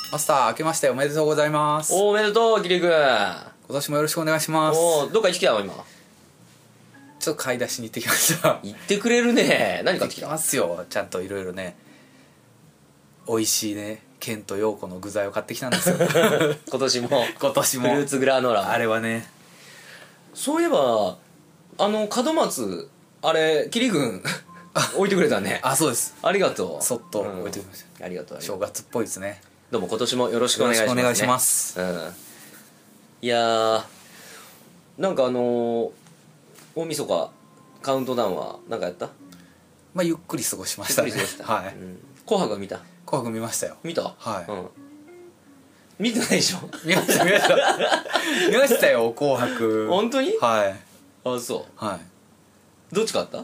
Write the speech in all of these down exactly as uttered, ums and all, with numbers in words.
マスター明けましておめでとうございます。 おめでとうキリ君。 今年もよろしくお願いします。 おどっか行ってきたの今。 ちょっと買い出しに行ってきました。 行ってくれるね。何買ってきた？ 行ってきますよ。ちゃんといろいろね、美味しいねケンとヨーコの具材を買ってきたんですよ。 今年も今年もフルーツグラノーラ。 あれはね、 そういえばあの門松あれキリ君置いてくれたね。 あ、そうです。 ありがとう。 そっと置いてきました、 うん、ありがとう。 正月っぽいですね。 どうも今年もよろしくお願いします、ね、 よろしくお願いします。 うん、いやーなんかあのー、大晦日カウントダウンは何かやった？ まあゆっくり過ごしましたね。 ゆっくり過ごした。 はい、 うん、紅白見た？ 紅白見ましたよ。 見た？ はい、 うん、見てないでしょ？ 見ました見ました見ましたよ紅白。 本当に？ はい。 あ、そう。 はい。 どっち勝った？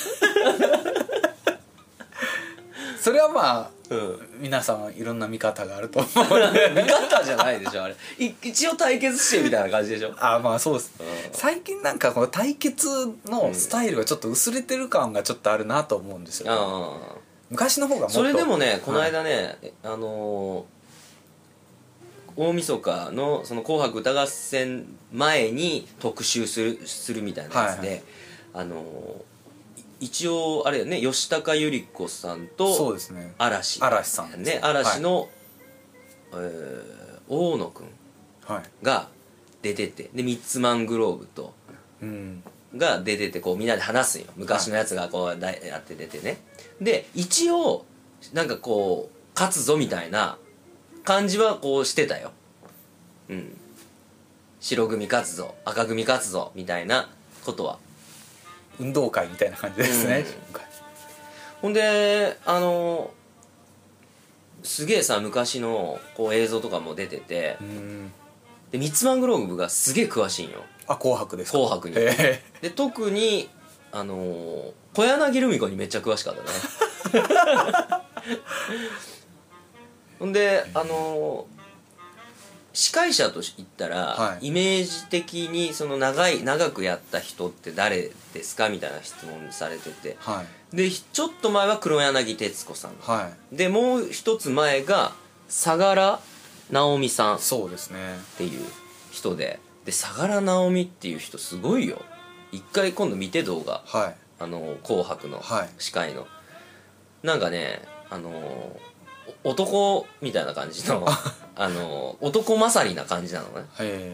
それはまあ、 うん、 皆さんいろんな見方があると思う。 見方じゃないでしょあれ。い一応対決してみたいな感じでしょ。 あ、まあそうです、 うん、 最近なんかこの対決のスタイルがちょっと薄れてる感がちょっとあるなと思うんですよ、ね、 あ昔の方がもっと。 それでもねこの間ね、はい、あのー、大晦日のその紅白歌合戦前に特集するするみたいなやつで、はいはい、あのー、一応あれよね、吉高由里子さんとそうですね、 嵐嵐さんね、嵐の、はい、えー、大野くんが出てて、でミッツマングローブと、うん、が出ててこうみんなで話すんよ。昔のやつがこうやって出てね、で一応なんかこう勝つぞみたいな感じはこうしてたよ。うん、白組勝つぞ赤組勝つぞみたいなことは運動会みたいな感じですね、うん、 ほんであのすげえさ昔のこう映像とかも出てて、うん、でミッツマングローブがすげえ詳しいんよ。 あ、紅白ですか？ 紅白に。で特にあのー、小柳ルミ子にめっちゃ詳しかったね。ほんであのー、司会者といったら、はい、イメージ的にその長い長くやった人って誰ですかみたいな質問されてて、はい、でちょっと前は黒柳徹子さん、はい、でもう一つ前が相良直美さん、 そうですねっていう人で、で相良直美っていう人すごいよ。一回今度見て動画、はい、あの紅白の司会の、はい、なんかねあの男みたいな感じのあの男勝りな感じなのね。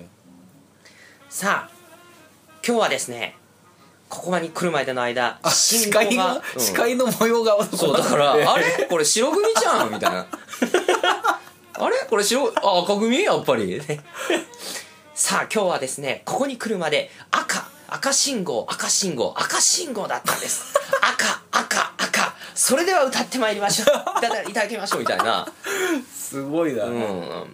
さあ今日はですねここまで来るまでの間司会が、うん、司会の模様が男そうだからあれこれ白組じゃんみたいなあれこれ白あ赤組やっぱりさあ今日はですねここに来るまで赤赤信号赤信号赤信号だったんです赤赤赤それでは歌ってまいりましょういただいただきましょうみたいなすごいな、うん、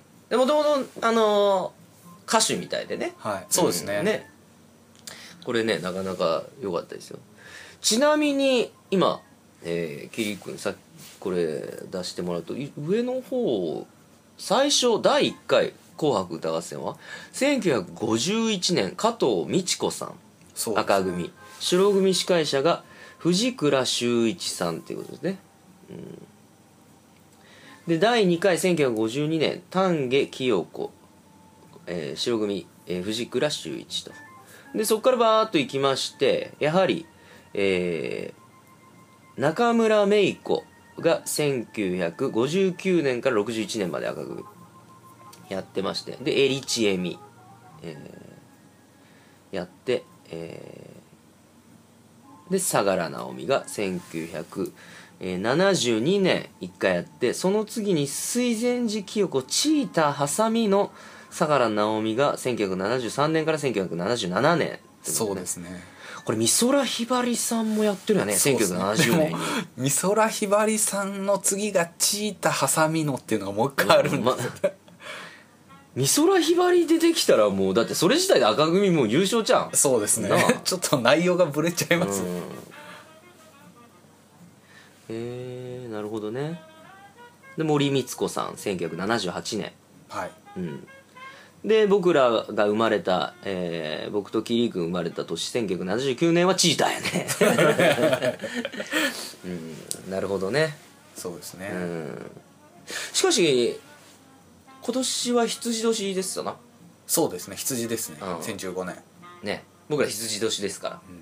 でもともとあのー、歌手みたいでね、 はい、そうですね、 うん、ねこれねなかなか良かったですよ。ちなみに今、えー、キリ君さっきこれ出してもらうと上の方最初だいいっかい紅白歌合戦はせんきゅうひゃくごじゅういちねん加藤美智子さん、赤組、白組司会者が藤倉修一さんっていうことですね、うん、でだいにかいせんきゅうひゃくごじゅうにねん丹下清子、えー、白組、えー、藤倉修一と、でそこからバーッと行きましてやはり、えー、中村芽衣子がせんきゅうひゃくごじゅうきゅうねんからろくじゅういちねんまで赤組やってまして、でエリチエミ、えー、やって、えー、で相良直美がせんきゅうひゃくななじゅうにねんいっかいやって、その次に水前寺清子チーターハサミの相良直美がせんきゅうひゃくななじゅうさんねんからせんきゅうひゃくななじゅうななねん、ね、 そうですね。 これ美空ひばりさんもやってるよね、せんきゅうひゃくななじゅうねんに。 美空ひばりさんの次がチータハサミのっていうのがもう一回あるんですよ、うんま美空ひばり出てきたらもうだってそれ自体で赤組もう優勝じゃん。 そうですねちょっと内容がブレちゃいます、うん、 へえー、なるほどね。で森光子さんせんきゅうひゃくななじゅうはちねん、はい、うん、で僕らが生まれた、えー、僕とキリ君生まれた年せんきゅうひゃくななじゅうきゅうねんはチーターやね、うん、なるほどね。 そうですね、 うん、しかし今年は羊年ですよな。 そうですね、羊ですね、 うんせんじゅうごねん。 ね、僕ら羊年ですから、 うんうん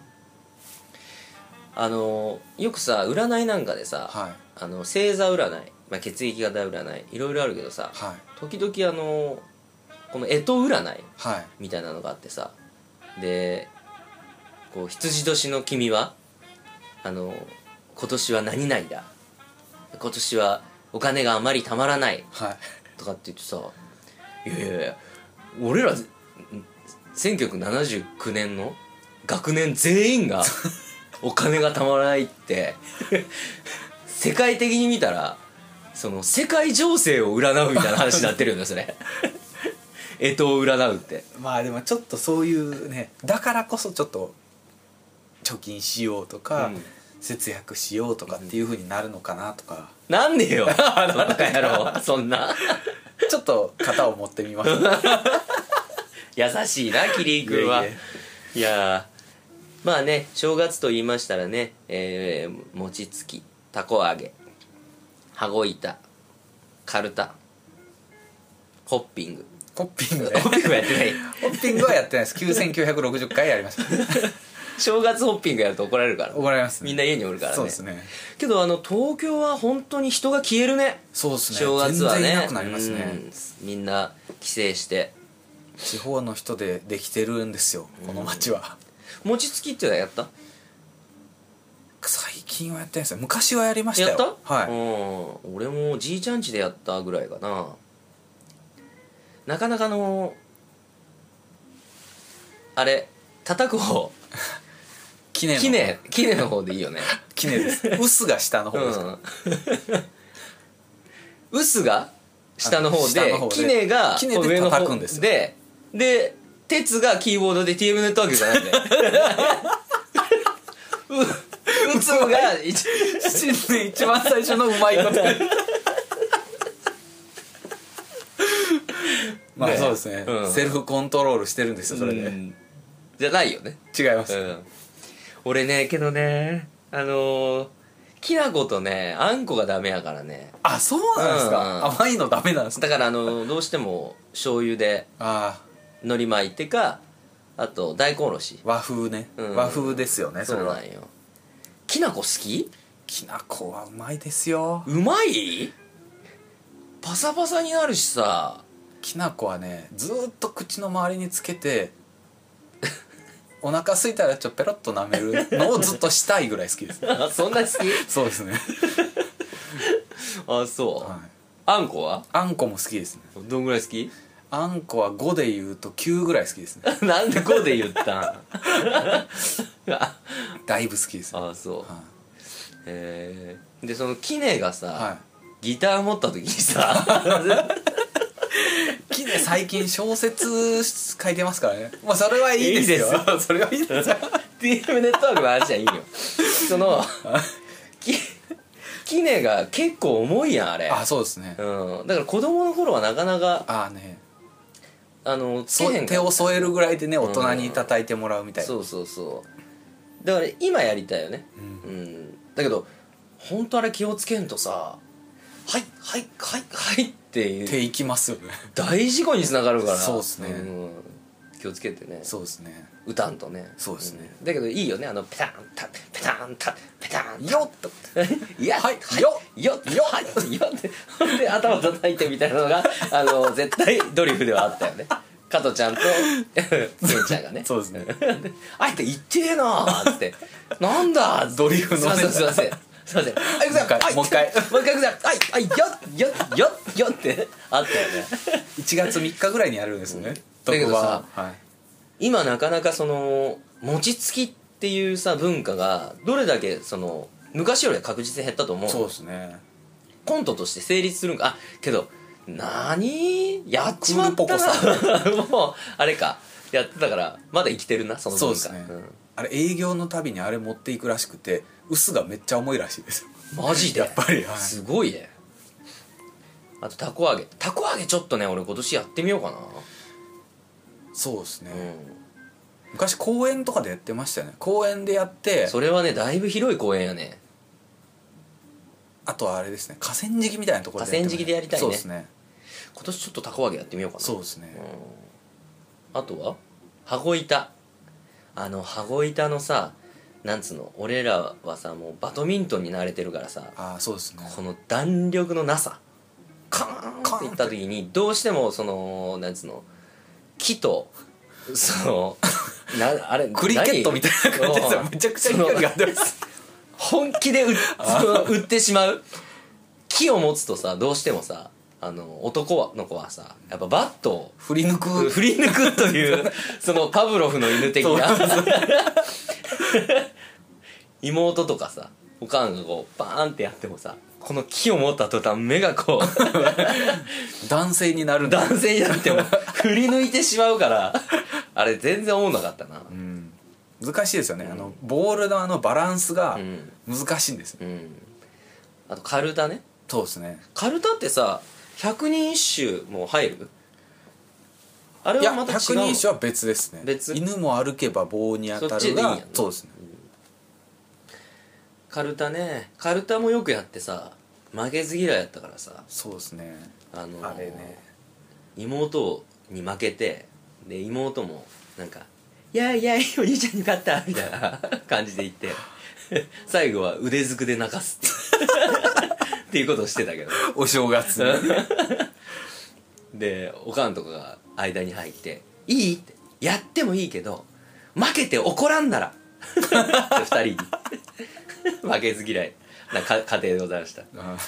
あのよくさ占いなんかでさ、 はいあの星座占い、まあ、血液型占いいろいろあるけどさ、 はい時々あのこの干支占いはいみたいなのがあってさ、でこう羊年の君はあの今年は何々だ、今年はお金があまりたまらないはいとかって言ってさ、いやいやいや俺らせんきゅうひゃくななじゅうきゅうねんの学年全員がお金がたまらないって世界的に見たらその世界情勢を占うみたいな話になってるよねそれ干支を占うって。 まあでもちょっとそういうね、だからこそちょっと貯金しようとか、 うん節約しようとかっていう風になるのかなとか、 なんでよバカ野郎そんなちょっと型を持ってみます優しいなキリン君はいやいやいやーまあね正月と言いましたらね、えー、餅つき、たこ揚げ、羽子板、かるた、ホッピングホッピングホねッピングはやってないホッピングはやってないです。きゅうせんきゅうひゃくろくじゅっかいやりました正月ホッピングやると怒られるから、 怒られますね、 みんな家におるからね。 そうですね、 けどあの東京は本当に人が消えるね。 そうですね、 正月はね全然いなくなりますね。 うんみんな帰省して地方の人でできてるんですよこの町は。 餅つきっていうのはやった？ 最近はやってないですよ。昔はやりましたよ。 やったはい、 うん俺もじいちゃん家でやったぐらいかな。なかなかのあれ叩く方きねのきねきねの方でいいよね。 きねです。薄が下の方ですかうん薄が下の方下の方でできねがきねで上の方叩くんですよでで鉄がキーボードで ティーエム ネットワークじゃないんでううつが一新年一番最初のうまいことまあねそうですね、 うんセルフコントロールしてるんですよそれで、 うんじゃないよね。 違います、 うん俺ねけどねあのーきな粉とねあんこがダメやからね。 あ、そうなんですか、 うん甘いのダメなんですか。 だからあのどうしても醤油でああ、 海苔巻いてかあと大根おろし。 和風ね、 うん和風ですよねそれは。 そうなんよ。きな粉好き？ きな粉はうまいですよ。 うまい？パサパサになるしさ。 きな粉はねずーっと口の周りにつけてお腹空いたらちょっとペロッと舐めるのをずっとしたいぐらい好きですあそんな好き？ そうですね、 あそう、 はい、 あんこはあんこも好きですね。 どんぐらい好き？ あんこはごで言うときゅうぐらい好きですねなんでごで言ったんだいぶ好きですね。 あそう、 はへえでそのキネがさ、 い、はギター持った時にさい、きね最近小説書いてますからね。まあそれはいいですよ。 いいですよそれはいいですよ。 ティーエム ネットワークの話はいいよ。そのきキネが結構重いやんあれ。 あ、そうですね。 うん、だから子供の頃はなかなかああね、 あのつけそへんかった手を添えるぐらいでね大人に叩いてもらうみたいな。 そうそうそうだから今やりたいよね。 うんうんだけど本当あれ気をつけんとさはいはいはいはいっていう手いきますよね。 大事故につながるからそうっすねん気をつけてねそうですね。 歌んとね。 そうですねんだけどいいよねあのペタンタペタンタペタンよっといやはいよよよはいよってほんで頭叩いてみたいなのがあの絶対ドリフではあったよね。加トちゃんとケンちゃんがねそうですね。 あえて言ってえなーっつってなんだドリフのねすいませんすいませんすいませんはい行くぞはいもう一回もう一回行くぞはいはいよっよっよっよっってあったよね。 いちがつみっかぐらいにやるんですよね。 だけどさ特番はい。 今なかなかその餅つきっていうさ文化がどれだけその昔よりは確実に減ったと思う。 そうですね。 コントとして成立するんか。あけど何やっちまったクールポコなもうあれかやってたからまだ生きてるなその文化。 そうですね。あれ営業のたびにあれ持っていくらしくて薄がめっちゃ重いらしいですよ。 うんマジでやっぱり、はい、 すごいね。あとたこ揚げたこ揚げちょっとね俺今年やってみようかな。 そうですね、 うん昔公園とかでやってましたよね。公園でやってそれはねだいぶ広い公園やね。 あとはあれですね河川敷みたいなところでやってました河川敷でやりたいねそうですね。 今年ちょっと凧揚げやってみようかな。 そうですね、 うん、あとは羽子板。あの羽子板のさ、なんつうの、俺らはさもうバドミントンに慣れてるからさ、 ああそうですね、 この弾力のなさ、カーンっていった時にどうしてもそのなんつうの、木とそのなあれクリケットみたいな感じですよ。めちゃくちゃ距離が出ます本気で打打ってしまう。木を持つとさ、どうしてもさ、あの男の子はさやっぱバットを振り抜く振り抜くというそのパブロフの犬的な妹とかさ、おかんがこうバーンってやってもさ、この木を持った途端目がこう男性になるんだ。 男性になっても振り抜いてしまうから、あれ全然思んなかったな。 うん、難しいですよね、うん、あのボールのあのバランスが難しいんですよ、 うんうん、あとカルタね。 そうですね。 カルタってさ百人一首も入る？あれはまた違うの？いや、 百人一首は別ですね。 別？ 犬も歩けば棒に当たるが、そうですね、うん、 カルタね。カルタもよくやってさ、負けず嫌いやったからさ。 そうですね、 あのー、 あれね、 妹に負けて、で妹もなんか「いやいやいおじいちゃんに勝った」みたいな感じで言って最後は腕ずくで泣かすっていうっていうことをしてたけどお正月にでおかんとかが間に入って「いい?」って「やってもいいけど負けて怒らんなら」ふたりに負けず嫌いな家庭でございました、うん、ね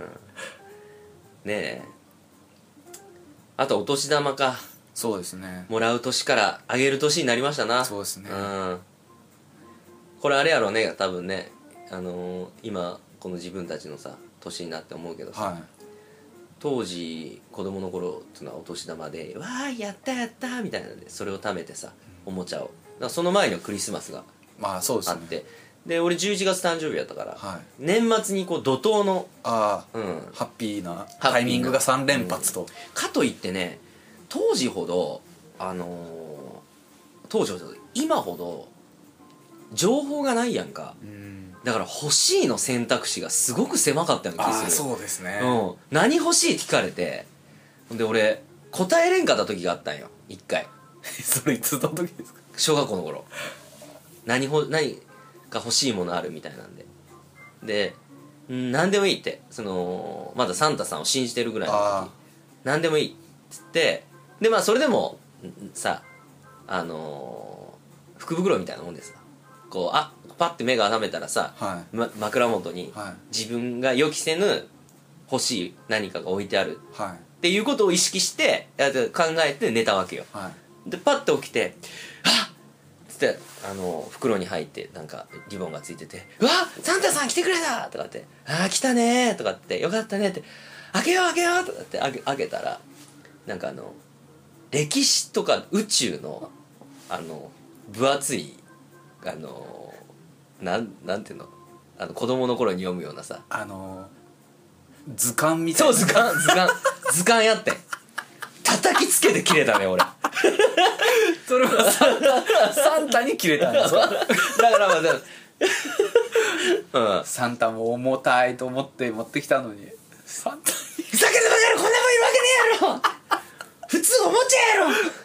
え。あとお年玉か。 そうですね、 もらう年からあげる年になりましたな。 そうですね、 うん、これあれやろうね、多分ね、あのー、今この自分たちのさ年になって思うけどさ、はい、当時子供の頃っていうのはお年玉で「わーいやったやった!」みたいなのでそれを貯めてさ、おもちゃを、だからその前にはクリスマスがまあそうですね、 あって、で俺じゅういちがつ誕生日やったから、 はい、 年末にこう怒涛のあ、うん、ハッピーなタイミングがさん連発と、うん、 かといってね、当時ほどあのー、当時ほど今ほど情報がないやんか、うん、だから欲しいの選択肢がすごく狭かったような気する。 あそうですね、 うん、何欲しいって聞かれて、で俺答えれんかった時があったんよ一回それいつの時ですか？ 小学校の頃。何ほ何が欲しいものあるみたいなんで、で何でもいいって、そのまだサンタさんを信じてるぐらいの時、何でもいいっつって、でまあそれでもさ、あのー、福袋みたいなもんでさ、こうあパッて目が覚めたらさ、はい、ま、枕元に自分が予期せぬ欲しい何かが置いてある、はい、っていうことを意識して考えて寝たわけよ、はい、でパッて起きて「あっ!」つってあの袋に入ってなんかリボンがついてて「うわサンタさん来てくれた!」とかって「ああ来たね!」とかって「よかったね!」って「開けよう開けよう!」とかって開け、開けたらなんかあの歴史とか宇宙のあの分厚いあのなんなんていうの、あの子供の頃に読むようなさ、 あの図鑑みたいな。 そう図鑑図鑑図鑑やって叩きつけて切れたね俺それはサンタサンタに切れたんですか？だからまあだうん、サンタも重たいと思って持ってきたのにサンタにふざけてばかりこんなもんいるわけねえやろ普通おもちゃやろ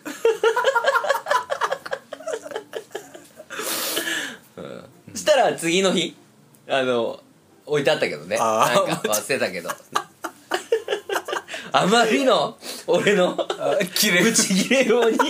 うん、そしたら次の日あの置いてあったけどね、なんか忘れたけどあまりの俺の切れブチ切れように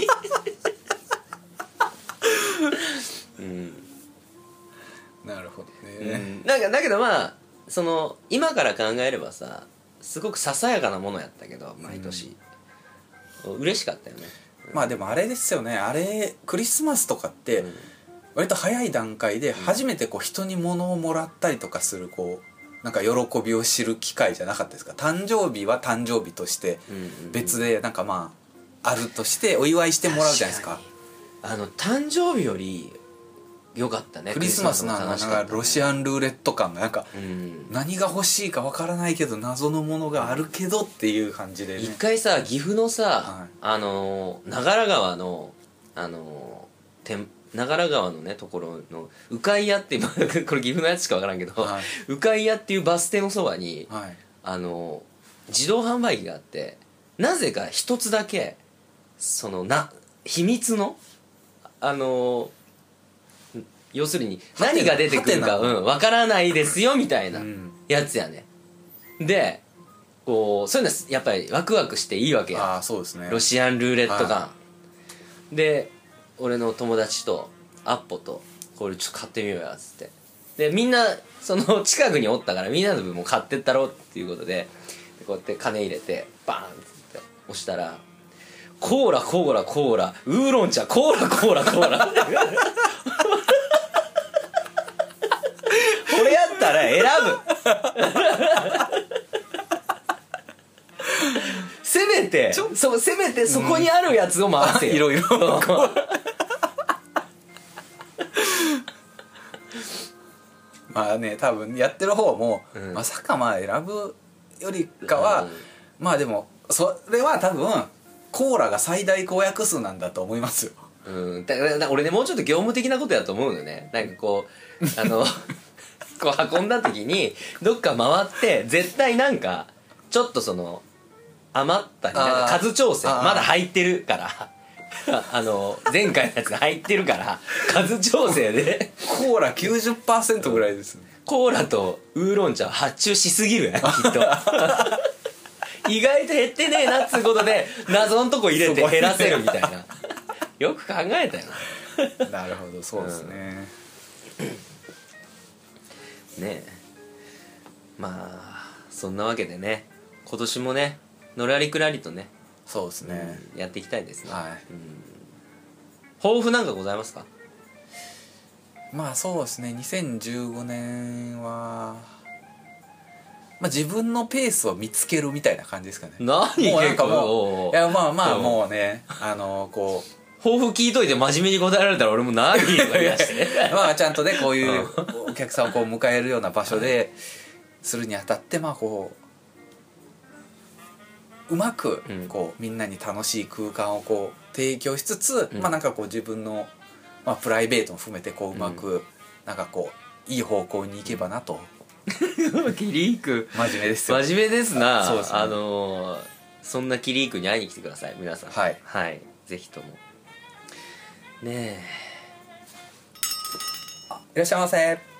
うん、 なるほどね、 うん、なんかだけどまあその今から考えればさすごくささやかなものやったけど毎年、うん、嬉しかったよね、 うん、まあでもあれですよね、あれクリスマスとかって割と早い段階で初めてこう人に物をもらったりとかするこうなんか喜びを知る機会じゃなかったですか？誕生日は誕生日として別でなんかまああるとしてお祝いしてもらうじゃないですか。 あの誕生日より良かったね。 クリスマスのなんかロシアンルーレット感がなんか何が欲しいかわからないけど謎のものがあるけどっていう感じでね。 一回さ岐阜のさ、はい、あの長良川のあの天長良川のねところの鵜飼屋って今これ岐阜のやつしか分からんけど、はい、鵜飼屋っていうバス停のそばに、はい、あの自動販売機があって、 なぜか一つだけそのな秘密のあのー要するに何が出てくるかうんわからないですよみたいなやつやね、でこうそういうのはやっぱりワクワクしていいわけや。 ああそうですね。 ロシアンルーレットガンで俺の友達とアッポとこれちょっと買ってみようやっつってでみんなその近くにおったからみんなの分も買ってったろっていうことでこうやって金入れてバーンっつって押したらコーラコーラコーラウーロン茶コーラコーラコーラこれやったら選ぶせめてそうせめてそこにあるやつを回せよ、 いろいろまあね多分やってる方も、うん、まさかまあ選ぶよりかは、うん、まあでもそれは多分コーラが最大公約数なんだと思いますよ。 うん、だから俺ねもうちょっと業務的なことやと思うのよね。なんかこうあのこう運んだ時にどっか回って絶対なんかちょっとその余ったりなんか数調整まだ入ってるからあの前回のやつが入ってるから数調整でコーラ きゅうじゅっパーセント ぐらいです、ね、 コーラとウーロン茶発注しすぎるやんきっと意外と減ってねえなっつうことで謎のとこ入れて減らせるみたいなよく考えたよな。なるほどそうですね、 うん、ねえまあそんなわけでね今年もねのらりくらりとねそうですね、 うん、やっていきたいですね、 はい、うん、 抱負なんかございますか？ まあそうですねにせんじゅうごねんは、まあ、自分のペースを見つけるみたいな感じですかね。 何もうなんか結もういやまあまあもうねあのこう抱負聞いといて真面目に答えられたら俺も何とか言い出してまあちゃんとねこういうお客さんをこう迎えるような場所でするにあたってまあこううまくこうみんなに楽しい空間をこう提供しつつ、うん、まあなんかこう自分の、まあ、プライベートも含めてこううまくなんかこういい方向に行けばなと。 キリーク真面目ですよ。 真面目ですな。 そうですね、 あのー、そんなキリークに会いに来てください皆さん。 はい、 はい、ぜひともねえ。 あ、いらっしゃいませ。